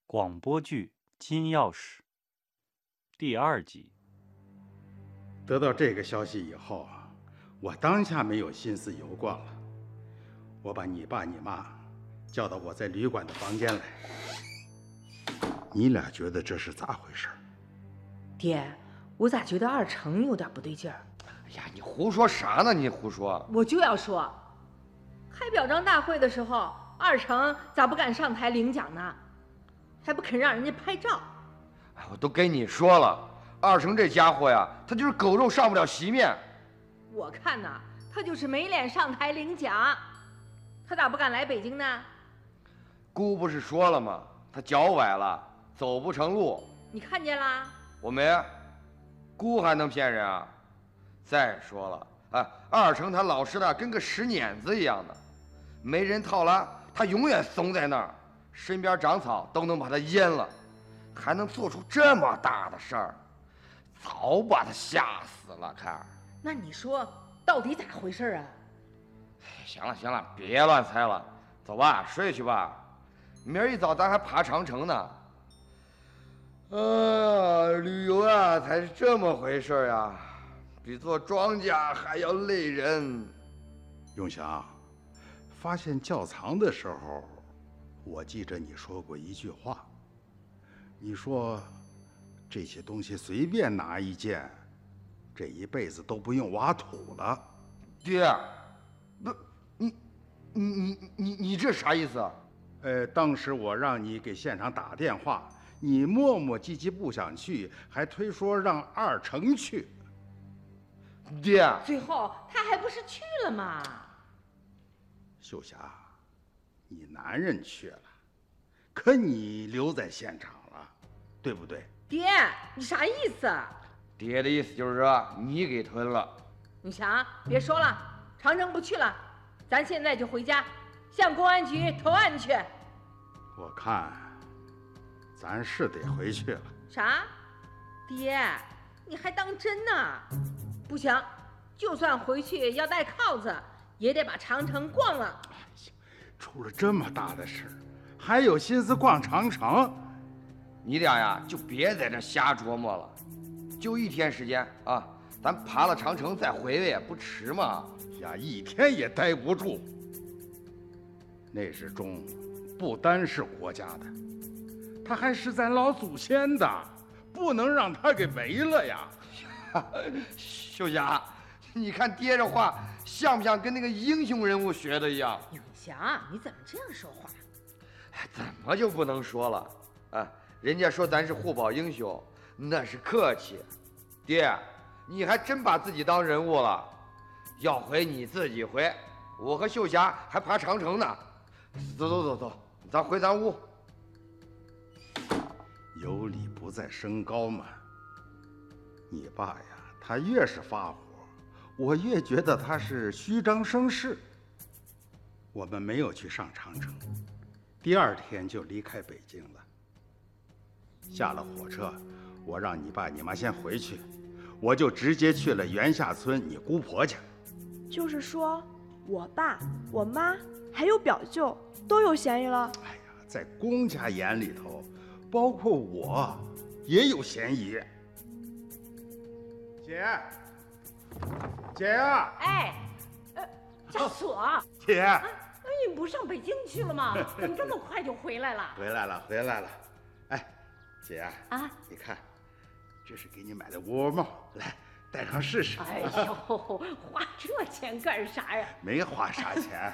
广播剧《金钥匙》第2集。 得到这个消息以后，我当下没有心思游逛了。我把你爸你妈叫到我在旅馆的房间来。你俩觉得这是咋回事？ 爹，我咋觉得二成有点不对劲儿？ 哎呀，你胡说啥呢？你胡说！ 我就要说，开表彰大会的时候，二成咋不敢上台领奖呢？还不肯让人家拍照。 我都跟你说了，二成这家伙呀，他就是狗肉上不了席面。 我看呐，他就是没脸上台领奖。他咋不敢来北京呢？ 姑不是说了吗？他脚崴了，走不成路。 你看见啦？ 我没。姑还能骗人啊？再说了，二成他老实的跟个石碾子一样的，没人套拉，他永远怂在那儿，身边长草都能把他淹了，还能做出这么大的事儿，早把他吓死了。看， 那你说到底咋回事啊？ 行了，别乱猜了，走吧，睡去吧，明儿一早咱还爬长城呢。旅游啊才是这么回事呀，比做庄稼还要累人。 永祥，发现窖藏的时候，我记着你说过一句话，你说这些东西随便拿一件，这一辈子都不用挖土了。 爹，不，你这啥意思啊？ 当时我让你给现场打电话，你磨磨唧唧不想去，还推说让二成去。 爹， 最后他还不是去了吗？ 秀霞，你男人去了，可你留在现场了，对不对？ 爹，你啥意思？ 爹的意思就是说你给吞了。 永祥，别说了，长城不去了，咱现在就回家，向公安局投案去。 我看咱是得回去了。 啥？爹，你还当真呢？不行，就算回去要带铐子，也得把长城逛了。 出了这么大的事，还有心思逛长城？ 你俩呀，就别在这瞎琢磨了，就1天时间啊，咱爬了长城再回也不迟嘛。 呀，1天也待不住。那时钟不单是国家的，他还是咱老祖先的，不能让他给没了呀。 秀霞，你看爹这话像不像跟那个英雄人物学的一样？ 永祥，你怎么这样说话？ 怎么就不能说了啊？人家说咱是互保英雄，那是客气。爹，你还真把自己当人物了。要回你自己回，我和秀霞还爬长城呢。走，咱回咱屋。 有理不在声高嘛。你爸呀，他越是发火，我越觉得他是虚张声势。我们没有去上长城，第2天就离开北京了。下了火车，我让你爸你妈先回去，我就直接去了袁下村你姑婆家。 就是说，我爸、我妈还有表舅都有嫌疑了。 哎呀，在公家眼里头，包括我也有嫌疑。姐呀！ 哎，家锁。 姐， 你不上北京去了吗？怎么这么快就回来了？ 回来了。哎，姐啊，你看，这是给你买的窝帽，来戴上试试。 哎呦，花这钱干啥呀？ 没花啥钱。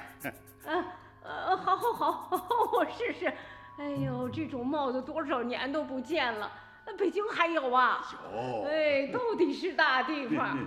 好，我试试。哎呦，这种帽子多少年都不见了，北京还有啊？ 有。 哎，到底是大地方。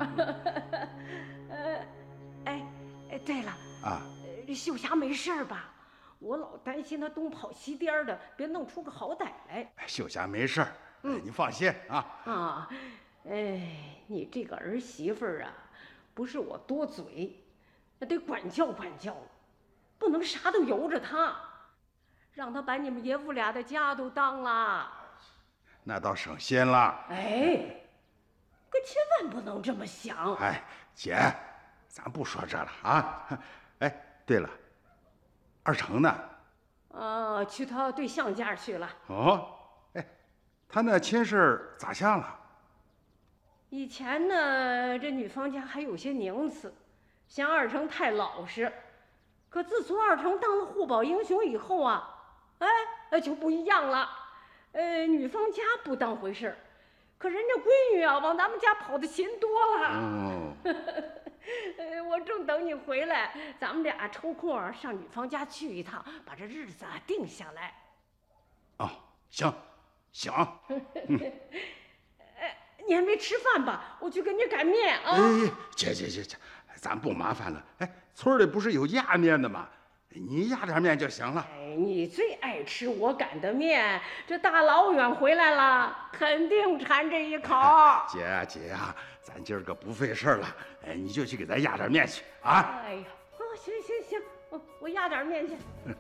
对了啊， 秀霞没事吧？我老担心她东跑西颠的，别弄出个好歹来。 秀霞没事，你放心啊。 你这个儿媳妇儿啊，不是我多嘴，那得管教管教，不能啥都由着她，让她把你们爷夫俩的家都当了。 那倒省心了。 可千万不能这么想。 哎，姐，咱不说这了啊。哎，对了，二成呢？ 去他对象家去了。 哦，哎，他那亲事咋样了？ 以前呢，这女方家还有些宁次，嫌二成太老实。可自从二成当了护保英雄以后啊，就不一样了。女方家不当回事儿，可人家闺女啊，往咱们家跑的勤多了。 哦， 我正等你回来，咱们俩抽空上女方家去一趟，把这日子定下来。 哦，行，行。 你还没吃饭吧？我去给你擀面啊。 姐，咱不麻烦了。哎，村里不是有压面的吗？你压点面就行了。 你最爱吃我擀的面，这大老远回来了，肯定馋这一口。 姐呀，咱今儿个不费事了，你就去给咱压点面去啊。 哎呀，行，我压点面去。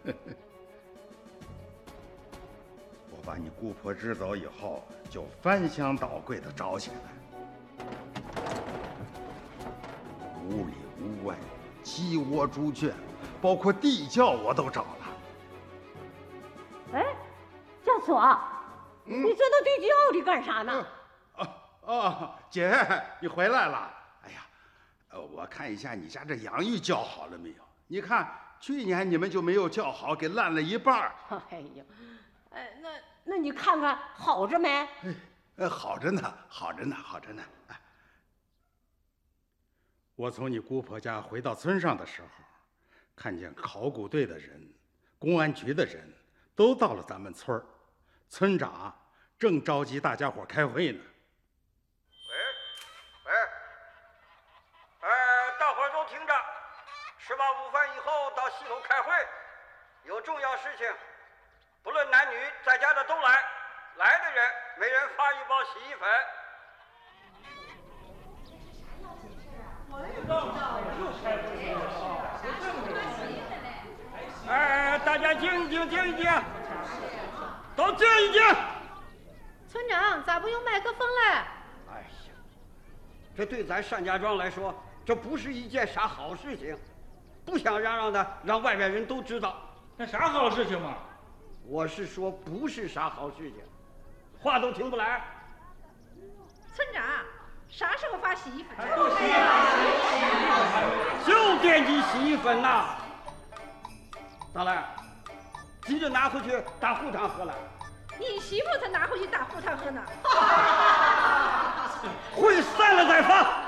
我把你姑婆支走以后，就翻箱倒柜的找起来，屋里屋外，鸡窝猪圈，包括地窖我都找了。 哎，家锁，你钻到地窖里干啥呢？ 姐，你回来了。哎呀，我看一下你家这养育叫好了没有？你看去年你们就没有叫好，给烂了一半。 哎呀，那你看看好着没？ 好着呢。我从你姑婆家回到村上的时候，看见考古队的人、公安局的人都到了咱们村儿，村长正召集大家伙开会呢。 大伙儿都听着，18午饭以后到西头开会，有重要事情，不论男女，在家的都来，来的人每人发1包洗衣粉。大家静一静，都静一静。 村长，咋不用麦克风嘞？ 哎呀，这对咱单家庄来说，这不是一件啥好事情，不想嚷的让外边人都知道。 那啥好事情嘛？ 我是说不是啥好事情，话都听不来。 村长，啥时候发洗衣粉？ 就惦记洗衣粉呐！咋了？急着拿回去打护汤喝了？ 你媳妇才拿回去打护汤喝呢。 会散了再发。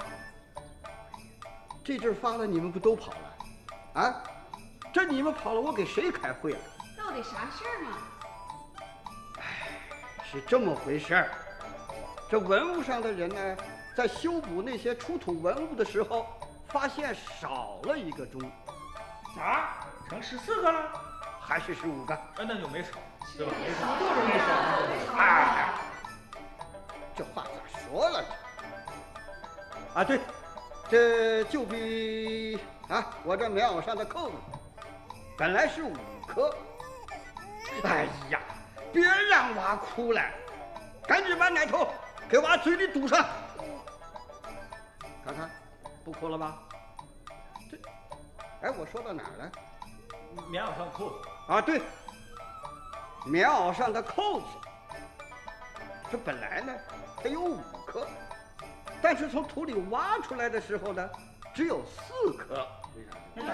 这阵发了，你们不都跑了？啊？这你们跑了，我给谁开会了？ 到底啥事儿嘛？ 是这么回事儿。这文物上的人呢，在修补那些出土文物的时候，发现少了1个钟。 啥？成14个了？ 还是15个？ 那就没少，对吧？没少，就是没少。 哎，这话咋说了？啊，对，这就比我这棉袄上的扣子，本来是5颗。哎呀，别让娃哭了，赶紧把奶头给娃嘴里堵上。看看，不哭了吧？我说到哪儿了？ 棉袄上扣子。 啊，对，棉袄上的扣子，这本来呢，它有5颗，但是从土里挖出来的时候呢，只有4颗。 村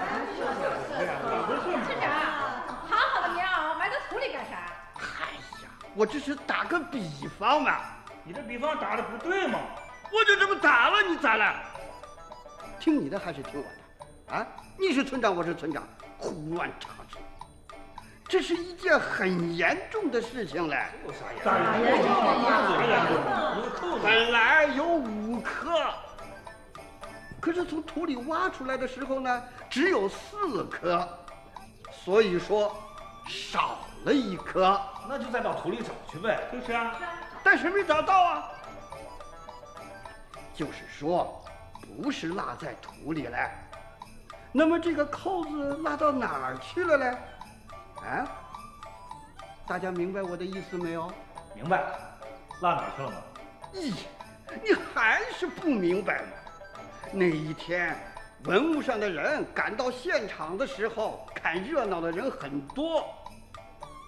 长，好好的棉袄埋到土里干啥？ 哎呀，我这是打个比方嘛。 你这比方打的不对嘛？ 我就这么打了，你咋了？听你的还是听我的？啊，你是村长，我是村长，胡乱插嘴。这是一件很严重的事情嘞。 有啥严重？ 本来有5颗，可是从土里挖出来的时候呢，只有4颗，所以说少了1颗。 那就再到土里找去呗。就是啊， 但是没找到啊。就是说，不是落在土里了。那么这个扣子落到哪儿去了呢？啊？大家明白我的意思没有？ 明白。落哪儿去了吗？ 咦，你还是不明白吗？那一天，文物上的人赶到现场的时候，看热闹的人很多，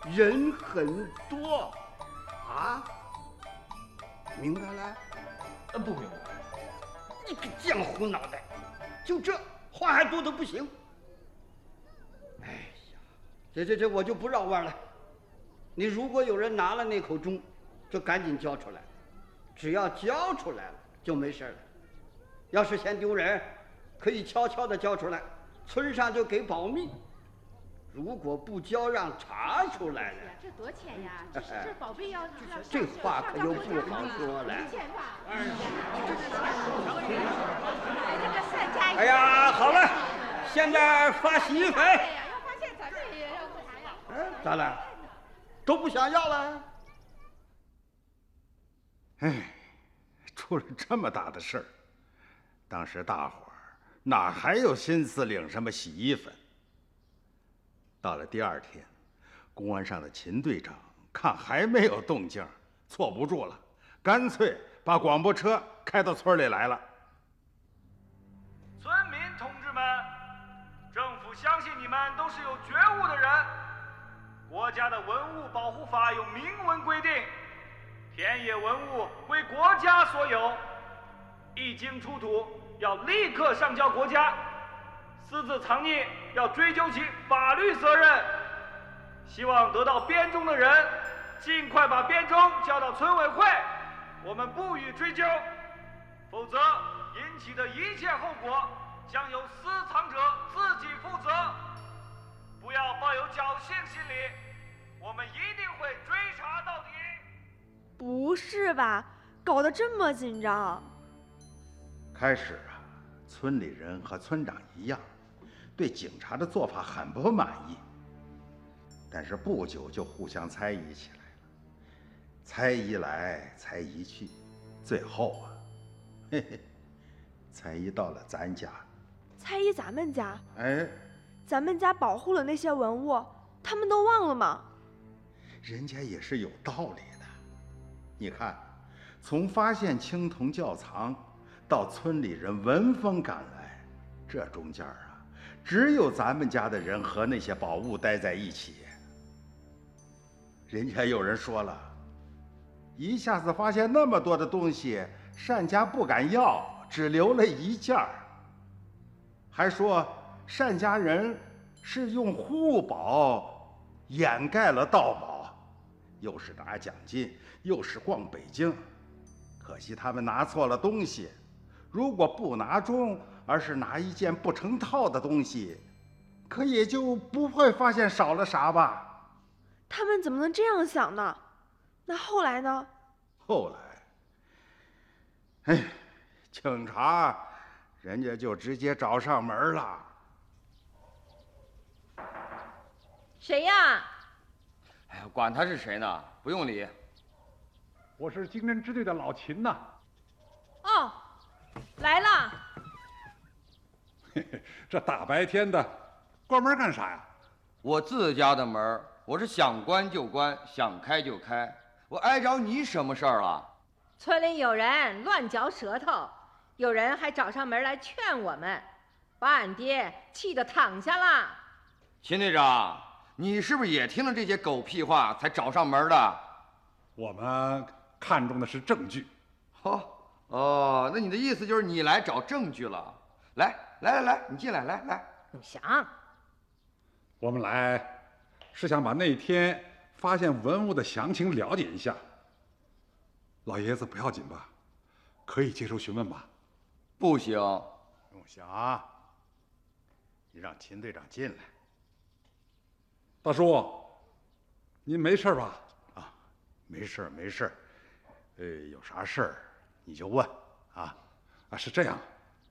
人很多，啊？明白了？ 不明白。 你个浆糊脑袋，就这话还多得不行。哎呀，这我就不绕弯了。你如果有人拿了那口钟，就赶紧交出来，只要交出来了就没事了。要是嫌丢人，可以悄悄地交出来，村上就给保密。如果不交，让查出来了， 这多钱呀？这宝贝要这话可就不好说了。哎呀，好了，现在发洗衣粉。 要发现咱们也要不啥呀？ 哎，咋了？都不想要了？ 哎，出了这么大的事儿，当时大伙儿哪还有心思领什么洗衣粉？到了第二天，公安上的秦队长看还没有动静，坐不住了，干脆把广播车开到村里来了。 村民同志们，政府相信你们都是有觉悟的人。国家的文物保护法有明文规定，田野文物归国家所有，一经出土要立刻上交国家，私自藏匿要追究其法律责任。希望得到编钟的人尽快把编钟交到村委会，我们不予追究，否则引起的一切后果将由私藏者自己负责。不要抱有侥幸心理，我们一定会追查到底。 不是吧？搞得这么紧张？ 开始啊，村里人和村长一样，对警察的做法很不满意。但是不久就互相猜疑起来了，猜疑来猜疑去，最后啊，嘿嘿，猜疑到了咱家。 猜疑咱们家？ 哎， 咱们家保护了那些文物，他们都忘了吗？ 人家也是有道理的。你看，从发现青铜窖藏到村里人闻风赶来，这中间啊，只有咱们家的人和那些宝物待在一起。人家有人说了，一下子发现那么多的东西，单家不敢要，只留了一件儿。还说单家人是用护宝掩盖了盗宝，又是拿奖金，又是逛北京。可惜他们拿错了东西，如果不拿钟，而是拿一件不成套的东西，可也就不会发现少了啥吧。 他们怎么能这样想呢？那后来呢？ 后来，哎，警察人家就直接找上门了。 谁呀？ 哎呀，管他是谁呢，不用理。 我是经侦支队的老秦呐。 哦，来了。 嘿嘿，这大白天的，关门干啥呀？ 我自家的门，我是想关就关，想开就开，我碍着你什么事儿了？ 村里有人乱嚼舌头，有人还找上门来劝我们，把俺爹气得躺下了。 秦队长，你是不是也听了这些狗屁话才找上门的？ 我们看重的是证据。 哦，那你的意思就是你来找证据了？来，你进来，来。 你想？ 我们来是想把那天发现文物的详情了解一下。老爷子不要紧吧？可以接受询问吧？ 不行。 用想，你让秦队长进来。 大叔，您没事吧？ 啊，没事。有啥事儿你就问啊。 是这样。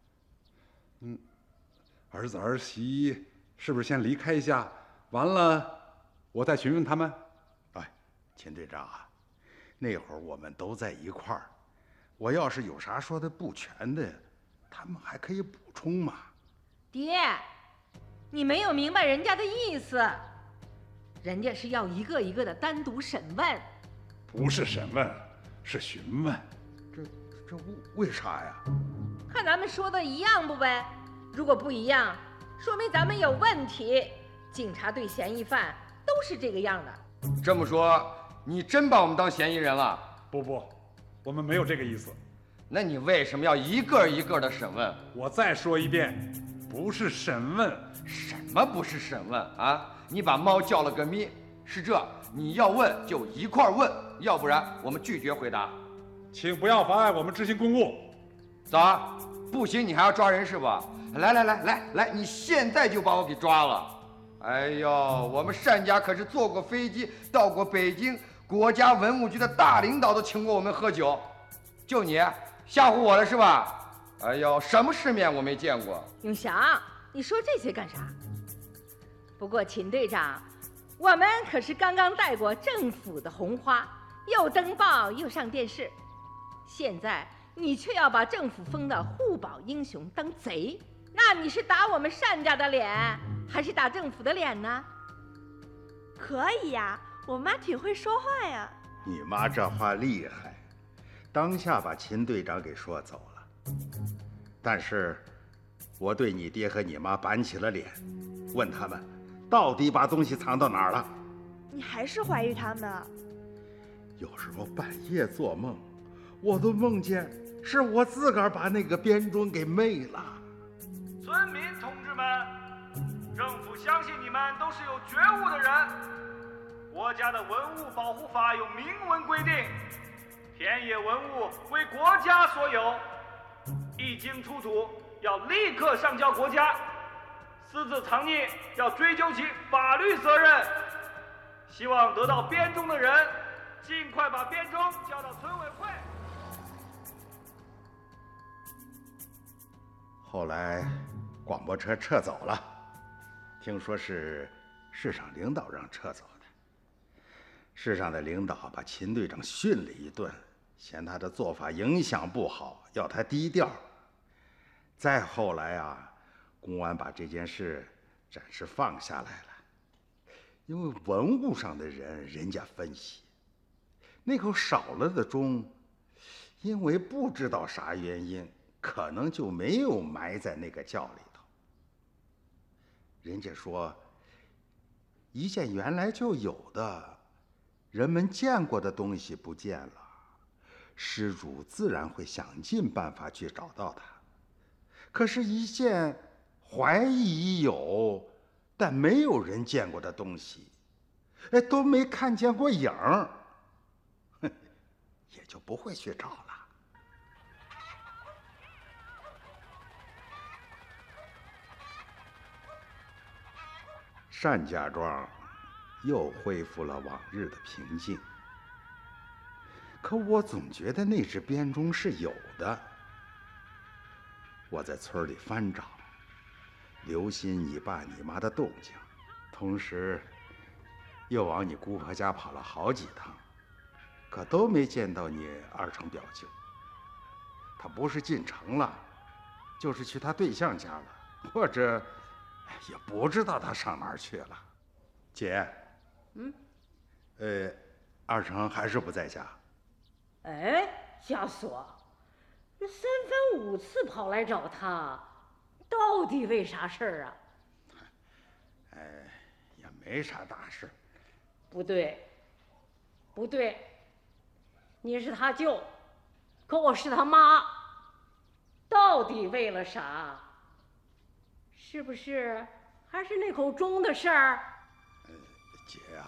儿子儿媳是不是先离开一下？完了，我再询问他们。 哎，秦队长啊，那会儿我们都在一块儿，我要是有啥说的不全的，他们还可以补充嘛。 爹，你没有明白人家的意思，人家是要一个一个的单独审问。 不是审问，是询问。 这为啥呀？ 看咱们说的一样不呗？如果不一样，说明咱们有问题。警察对嫌疑犯都是这个样的。 这么说，你真把我们当嫌疑人了？ 不，我们没有这个意思。 那你为什么要一个一个的审问？ 我再说一遍，不是审问。 什么不是审问啊？你把猫叫了个咪，是这？你要问就一块问，要不然我们拒绝回答。 请不要妨碍我们执行公务。 咋？不行，你还要抓人是吧？来，你现在就把我给抓了！哎呦，我们单家可是坐过飞机到过北京，国家文物局的大领导都请过我们喝酒，就你吓唬我了是吧？哎呦，什么世面我没见过。 永祥，你说这些干啥？不过秦队长，我们可是刚刚带过政府的红花，又登报又上电视，现在你却要把政府封的护宝英雄当贼，那你是打我们单家的脸，还是打政府的脸呢？ 可以呀，我妈挺会说话呀。 你妈这话厉害，当下把秦队长给说走了。但是，我对你爹和你妈板起了脸，问他们到底把东西藏到哪儿了。 你还是怀疑他们啊？ 有时候半夜做梦，我都梦见是我自个儿把那个编钟给昧了。 村民同志们，政府相信你们都是有觉悟的人。国家的文物保护法有明文规定，田野文物归国家所有，一经出土要立刻上交国家，私自藏匿要追究其法律责任。希望得到编钟的人尽快把编钟交到村委会。 后来广播车撤走了，听说是市上领导让撤走的。市上的领导把秦队长训了一顿，嫌他的做法影响不好，要他低调。再后来啊，公安把这件事暂时放下来了，因为文物上的人家分析，那口少了的钟，因为不知道啥原因，可能就没有埋在那个窖里头。人家说，一件原来就有的人们见过的东西不见了，失主自然会想尽办法去找到它。可是，一件怀疑已有但没有人见过的东西，都没看见过影儿，也就不会去找了。单家庄又恢复了往日的平静，可我总觉得那只编钟是有的。我在村里翻找，留心你爸你妈的动静，同时又往你姑婆家跑了好几趟，可都没见到你二成表舅。他不是进城了，就是去他对象家了，或者也不知道他上哪儿去了。姐，二成还是不在家。 哎，瞎说！那3番5次跑来找他，到底为啥事儿啊？ 也没啥大事。 不对，你是他舅，可我是他妈，到底为了啥？是不是还是那口钟的事儿？ 姐呀，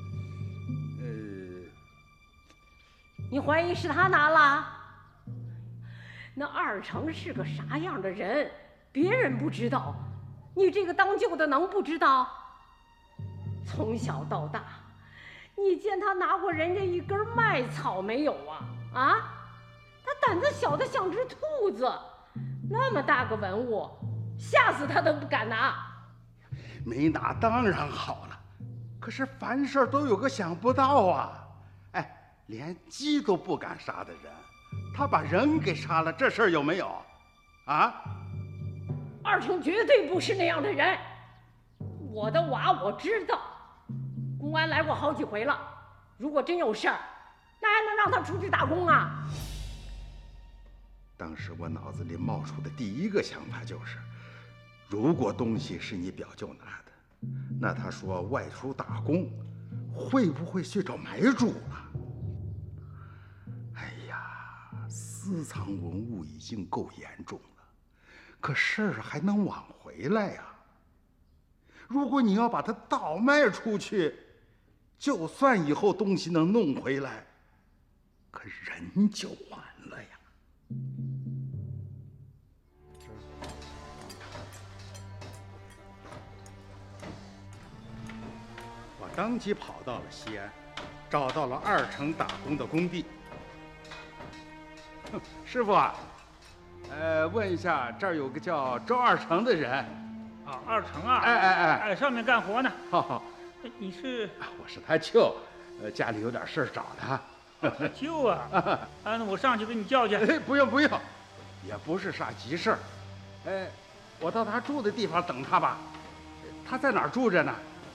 你怀疑是他拿了？那二成是个啥样的人，别人不知道，你这个当舅的能不知道？从小到大，你见他拿过人家一根麦草没有啊？啊，他胆子小的像只兔子，那么大个文物，吓死他都不敢拿。 没拿当然好了，可是凡事都有个想不到啊！连鸡都不敢杀的人，他把人给杀了，这事儿有没有？啊？ 二成绝对不是那样的人，我的娃我知道，公安来过好几回了。如果真有事儿，那还能让他出去打工啊？ 当时我脑子里冒出的第一个想法就是，如果东西是你表舅拿的，那他说外出打工， 会不会去找买主了？哎呀，私藏文物已经够严重了，可事儿还能往回来呀。如果你要把它倒卖出去，就算以后东西能弄回来，可人就完了呀。我当即跑到了西安，找到了二成打工的工地。师傅啊，问一下，这儿有个叫周二成的人。 啊，二成啊！ 哎， 上面干活呢。 好， 你是？ 我是他舅，家里有点事儿找他。 舅啊！那我上去给你叫去。 不用，也不是啥急事儿。我到他住的地方等他吧。他在哪儿住着呢？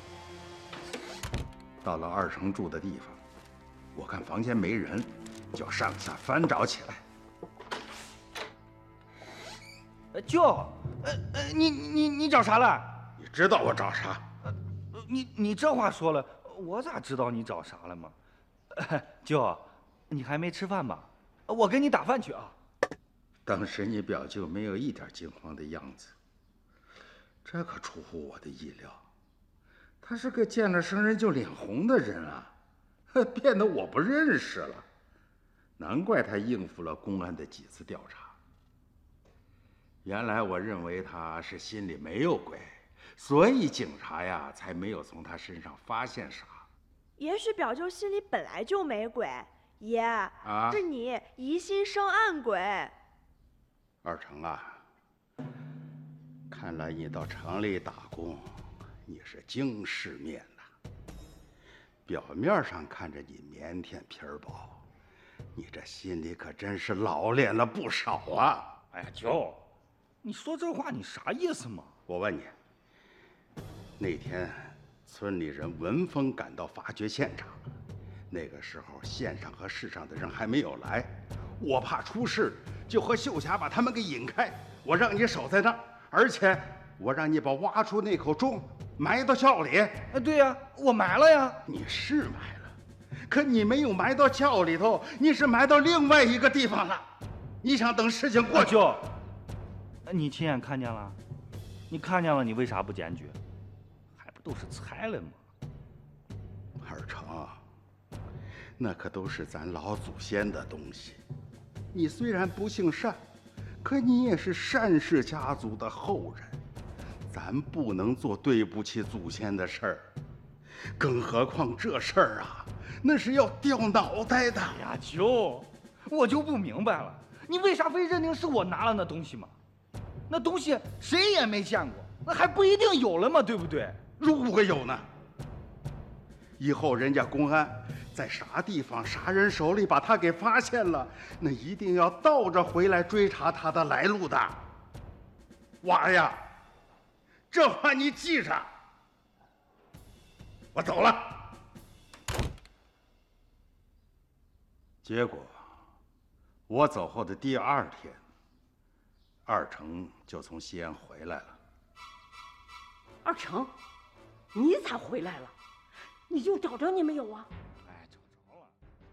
到了二成住的地方，我看房间没人，就上下翻找起来。 舅，你找啥了？ 你知道我找啥？ 你这话说了，我咋知道你找啥了嘛？舅，你还没吃饭吧？我给你打饭去啊。 当时你表舅没有一点惊慌的样子，这可出乎我的意料。他是个见了生人就脸红的人啊，变得我不认识了。难怪他应付了公安的几次调查。原来我认为他是心里没有鬼，所以警察呀才没有从他身上发现啥。 也许表舅心里本来就没鬼，爷，是你疑心生暗鬼。 二成啊，看来你到城里打工，你是经世面呐。表面上看着你腼腆皮儿薄，你这心里可真是老练了不少啊！ 哎呀，舅，你说这话你啥意思嘛？ 我问你，那天村里人闻风赶到发掘现场，那个时候县上和市上的人还没有来，我怕出事，就和秀霞把他们给引开，我让你守在那儿，而且我让你把挖出那口钟埋到窖里。 对呀，我埋了呀。 你是埋了，可你没有埋到窖里头，你是埋到另外一个地方了。你想等事情过去？ 舅，你亲眼看见了？你看见了，你为啥不检举？还不都是猜了吗？ 二成，那可都是咱老祖先的东西。你虽然不姓单，可你也是单氏家族的后人，咱不能做对不起祖先的事儿。更何况这事儿啊，那是要掉脑袋的。 哎呀，舅，我就不明白了，你为啥非认定是我拿了那东西嘛？那东西谁也没见过，那还不一定有了嘛，对不对？ 如果有呢？以后人家公安在啥地方、啥人手里把他给发现了，那一定要倒着回来追查他的来路的。娃呀，这话你记着。我走了。结果，我走后的第二天，二成就从西安回来了。 二成，你咋回来了？你就找着你没有啊？